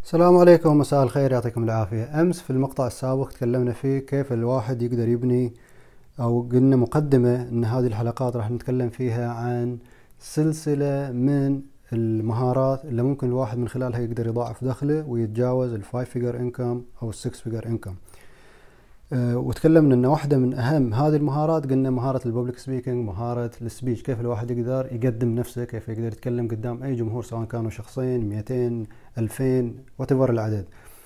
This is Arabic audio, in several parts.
السلام عليكم، مساء الخير، يعطيكم العافية. أمس في المقطع السابق تكلمنا فيه كيف الواحد يقدر يبني، أو قلنا مقدمة أن هذه الحلقات راح نتكلم فيها عن سلسلة من المهارات اللي ممكن الواحد من خلالها يقدر يضاعف دخله ويتجاوز الفايف فيجر انكم أو السكس فيجر انكم. وتكلمنا أن واحدة من أهم هذه المهارات قلنا مهارة الببليك سبيكينج، مهارة السبيش، كيف الواحد يقدر يقدم نفسه، كيف يقدر يتكلم قدام أي جمهور سواء كانوا شخصين 200 2000 whatever العدد.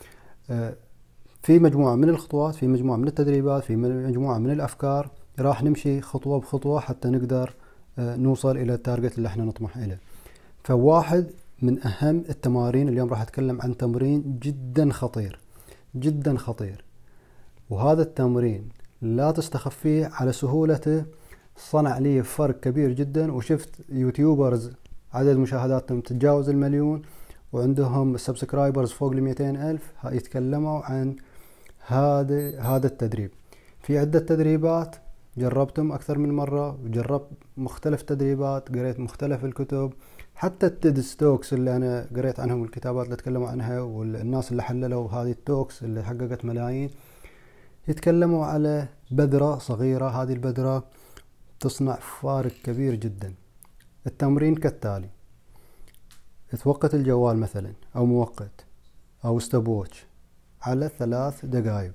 في مجموعة من الخطوات، في مجموعة من التدريبات، في مجموعة من الأفكار راح نمشي خطوة بخطوة حتى نقدر نوصل إلى التارجت اللي احنا نطمح إليه. فواحد من أهم التمارين اليوم راح أتكلم عن تمرين جدا خطير جدا خطير، وهذا التمرين لا تستخفيه، على سهولته صنع لي فرق كبير جدا. وشفت يوتيوبرز عدد مشاهداتهم تتجاوز 1,000,000 وعندهم سبسكرايبرز فوق 200,000 يتكلموا عن هذا التدريب. في عدة تدريبات جربتهم أكثر من مرة، وجربت مختلف تدريبات، قريت مختلف الكتب، حتى التيد ستوكس اللي أنا قريت عنهم الكتابات اللي تكلموا عنها، والناس اللي حللوا هذه التوكس اللي حققت ملايين يتكلموا على بذرة صغيرة. هذه البذرة تصنع فارق كبير جدا. التمرين كالتالي: توقت الجوال مثلا أو مؤقت أو ستوب ووتش على 3 دقائق،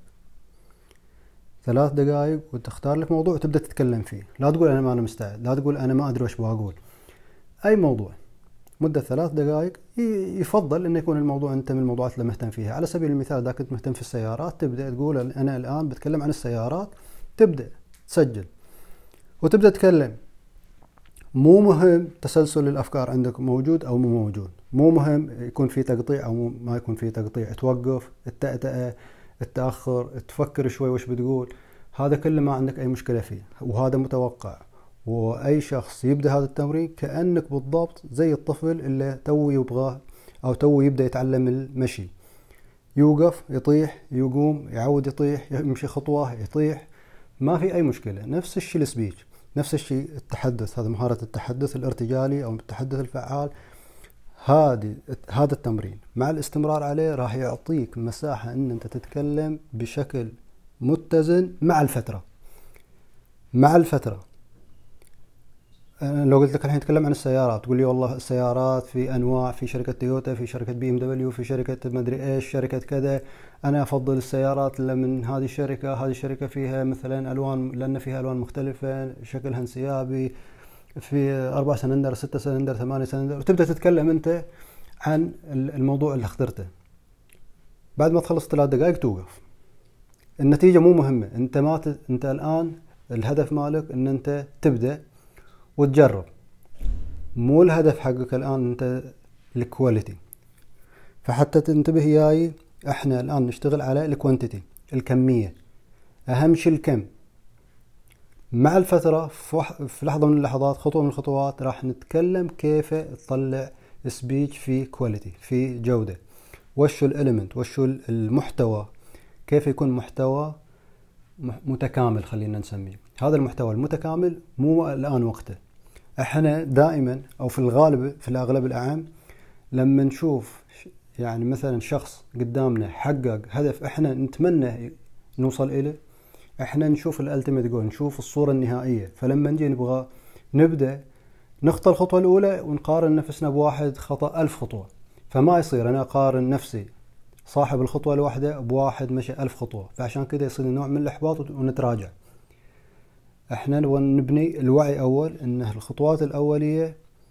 3 دقائق، وتختار لك موضوع وتبدأ تتكلم فيه. لا تقول أنا ما أنا مستعد، لا تقول أنا ما أدري وش بقول. أي موضوع مدة 3 دقائق. يفضل أن يكون الموضوع أنت من الموضوعات اللي مهتم فيها. على سبيل المثال إذا كنت مهتم في السيارات تبدأ تقول أنا الآن بتكلم عن السيارات، تبدأ تسجل وتبدأ تتكلم. مو مهم تسلسل الأفكار عندك موجود أو مو موجود، مو مهم يكون في تقطيع أو ما يكون في تقطيع، توقف، التأتأة، التأخر، تفكر شوي وش بتقول. هذا كله ما عندك أي مشكلة فيه، وهذا متوقع. وأي شخص يبدأ هذا التمرين كأنك بالضبط زي الطفل اللي تو يبغى أو تو يبدأ يتعلم المشي، يوقف، يطيح، يقوم، يعود يطيح، يمشي خطوة، يطيح، ما في أي مشكلة. نفس الشيء السبيتش، نفس الشيء التحدث، هذا مهارة التحدث الارتجالي أو التحدث الفعال. هذا التمرين مع الاستمرار عليه راح يعطيك مساحة أن أنت تتكلم بشكل متزن مع الفترة. لو قلت لك الحين تكلم عن السيارات، تقول لي والله السيارات في انواع، في شركه تويوتا، في شركه بي ام دبليو، في شركه مدري ايش، شركه كذا. انا افضل السيارات اللي من هذه الشركه. هذه الشركه فيها مثلا الوان، لان فيها الوان مختلفه، شكلها انسيابي، في 4 سلندر، 6 سلندر، 8 سلندر، وتبدا تتكلم انت عن الموضوع اللي اخترته. بعد ما تخلص 3 دقائق توقف. النتيجه مو مهمه، انت الان الهدف مالك ان انت تبدا وتجرب. مو الهدف حقك الآن أنت الكواليتي. فحتى تنتبه ياي، احنا الآن نشتغل على الكوانتيتي، الكمية، أهم شيء الكم. مع الفترة في لحظة من اللحظات، خطوة من الخطوات، راح نتكلم كيف تطلع سبيتش في كواليتي، في جودة. وشو الاليمنت، وشو المحتوى، كيف يكون محتوى متكامل. خلينا نسميه هذا المحتوى المتكامل. مو الآن وقته. احنا دائما او في الغالب، في الاغلب الاعم، لما نشوف يعني مثلا شخص قدامنا حقق هدف احنا نتمنى نوصل اليه، احنا نشوف الالتيميت جول، نشوف الصورة النهائية. فلما نجي نبغى نبدأ نخطى الخطوة الاولى ونقارن نفسنا بواحد خطأ 1000 خطوة، فما يصير انا اقارن نفسي صاحب الخطوة الواحدة بواحد مشي 1000 خطوة. فعشان كده يصير نوع من الاحباط ونتراجع. احنا نبني الوعي اول، ان الخطوات الاوليه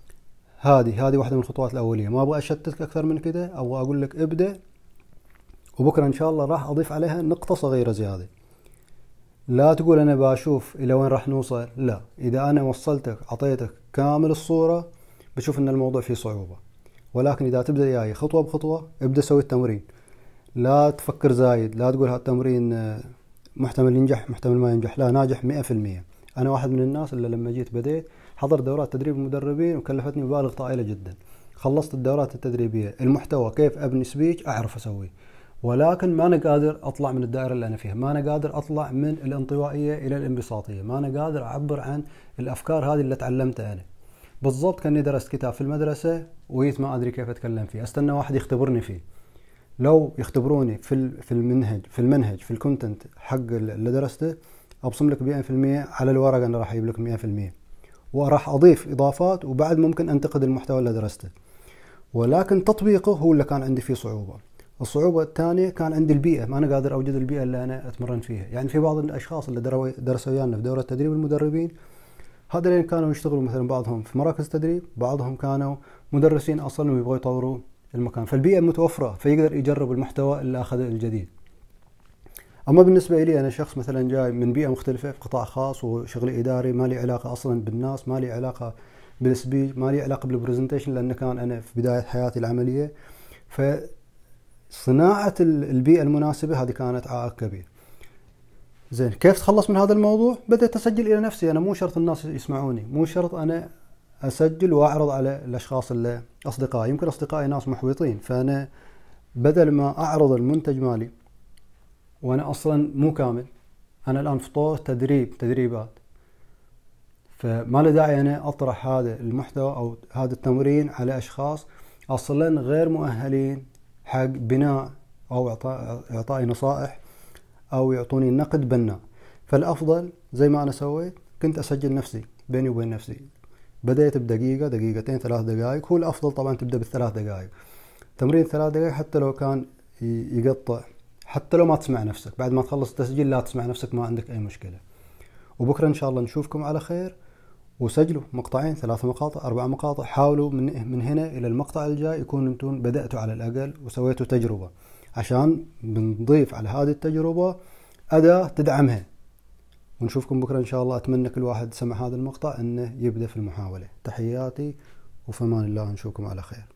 هذه واحده من الخطوات الاوليه. ما ابغى اشتتك اكثر من كده، ابغى اقول لك ابدا، وبكره ان شاء الله راح اضيف عليها نقطه صغيره زياده. لا تقول انا بشوف الى وين راح نوصل، لا. اذا انا وصلتك، اعطيتك كامل الصوره، بشوف ان الموضوع فيه صعوبه. ولكن اذا تبدا وياي خطوه بخطوه، ابدا سوي التمرين. لا تفكر زايد، لا تقول هالتمرين محتمل ينجح محتمل ما ينجح. لا، ناجح 100%. أنا واحد من الناس اللي لما جيت بديت حضر دورات تدريب المدربين، وكلفتني مبالغ طائلة جدا. خلصت الدورات التدريبية، المحتوى كيف أبني سبيتش أعرف أسويه، ولكن ما أنا قادر أطلع من الدائرة اللي أنا فيها. ما أنا قادر أطلع من الانطوائية إلى الانبساطية. ما أنا قادر أعبر عن الأفكار هذه اللي تعلمتها أنا. بالضبط كأني درست كتاب في المدرسة وجيت ما أدري كيف أتكلم فيه، أستنى واحد يختبرني فيه. لو يختبروني في المنهج في الكونتنت حق اللي درسته، ابصم لك 100% على الورق انا راح اجيب لك 100%، وراح اضيف اضافات، وبعد ممكن انتقد المحتوى اللي درسته. ولكن تطبيقه هو اللي كان عندي فيه صعوبة. الصعوبة الثانية كان عندي البيئة، ما أنا قادر أوجد البيئة اللي أنا أتمرن فيها. يعني في بعض الأشخاص اللي درسوا ويانا في دورة تدريب المدربين، هذول كانوا يشتغلوا مثلا بعضهم في مراكز تدريب، بعضهم كانوا مدرسين أصلا ويبغوا يطوروا المكان، فالبيئة متوفرة فيقدر يجرب المحتوى اللي أخذه الجديد. أما بالنسبة لي أنا شخص مثلا جاي من بيئة مختلفة في قطاع خاص وشغلي إداري، ما لي علاقة أصلا بالناس، ما لي علاقة بالسبيج، ما لي علاقة بالبرزنتيشن، لأن كان أنا في بداية حياتي العملية. فصناعة البيئة المناسبة هذه كانت عائق كبير. زين، كيف تخلص من هذا الموضوع؟ بدأت أسجل إلى نفسي. أنا مو شرط الناس يسمعوني، مو شرط أنا أسجل وأعرض على الأشخاص اللي أصدقائي. يمكن أصدقائي ناس محبطين، فأنا بدل ما أعرض المنتج مالي وأنا أصلا مو كامل، أنا الآن في طور تدريبات، فما له داعي أنا أطرح هذا المحتوى أو هذا التمرين على أشخاص أصلا غير مؤهلين حق بناء أو إعطائي نصائح أو يعطوني نقد بناء. فالأفضل زي ما أنا سويت، كنت أسجل نفسي بيني وبين نفسي. بدأت بدقيقة، دقيقتين، 3 دقائق. هو الأفضل طبعا تبدأ بالثلاث دقائق. تمرين 3 دقائق حتى لو كان يقطع، حتى لو ما تسمع نفسك. بعد ما تخلص التسجيل لا تسمع نفسك، ما عندك أي مشكلة. وبكرة إن شاء الله نشوفكم على خير. وسجلوا مقطعين، 3 مقاطع، 4 مقاطع. حاولوا من هنا إلى المقطع الجاي يكون أنتم بدأتوا على الأقل وسويتوا تجربة، عشان بنضيف على هذه التجربة أداة تدعمها. ونشوفكم بكرة إن شاء الله. أتمنى كل واحد سمع هذا المقطع أنه يبدأ في المحاولة. تحياتي وفي أمان الله، نشوفكم على خير.